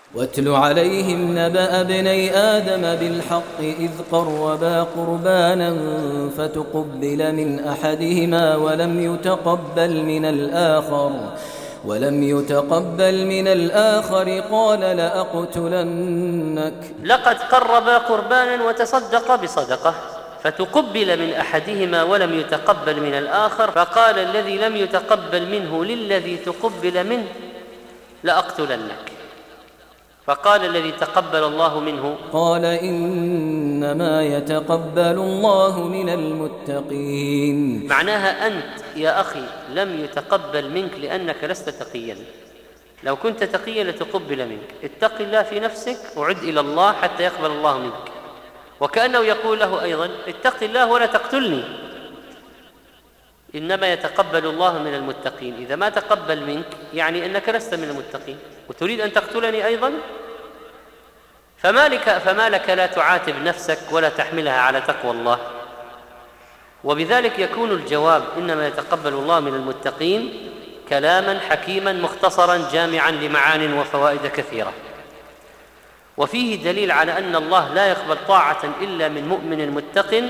واتل عليهم نبأ ابني آدم بالحق إذ قربا قربانا فتقبل من أحدهما ولم يتقبل من الآخر قال لأقتلنك. لقد قربا قربانا وتصدقا بصدقة فتقبل من أحدهما ولم يتقبل من الآخر، فقال الذي لم يتقبل منه للذي تقبل منه لأقتلنك. فقال الذي تقبل الله منه قال إنما يتقبل الله من المتقين. معناها أنت يا أخي لم يتقبل منك لأنك لست تقيا، لو كنت تقيا لتقبل منك. اتق الله في نفسك وعد إلى الله حتى يقبل الله منك. وكأنه يقول له أيضا اتق الله ولا تقتلني، إنما يتقبل الله من المتقين. إذا ما تقبل منك يعني أنك لست من المتقين وتريد أن تقتلني أيضا، فما لك لا تعاتب نفسك ولا تحملها على تقوى الله. وبذلك يكون الجواب إنما يتقبل الله من المتقين كلاما حكيما مختصرا جامعا لمعان وفوائد كثيرة. وفيه دليل على أن الله لا يقبل طاعة إلا من مؤمن متق.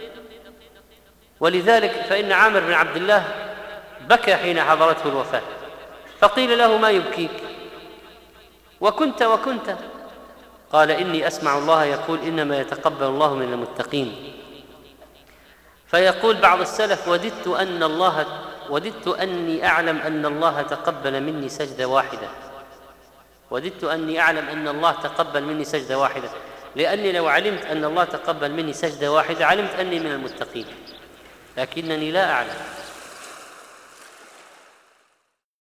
ولذلك فإن عامر بن عبد الله بكى حين حضرته الوفاة، فقيل له ما يبكيك وكنت قال إني أسمع الله يقول إنما يتقبل الله من المتقين. فيقول بعض السلف وددت أني أعلم أن الله تقبل مني سجدة واحدة، لأني لو علمت أن الله تقبل مني سجدة واحدة علمت أني من المتقين، لكنني لا أعلم.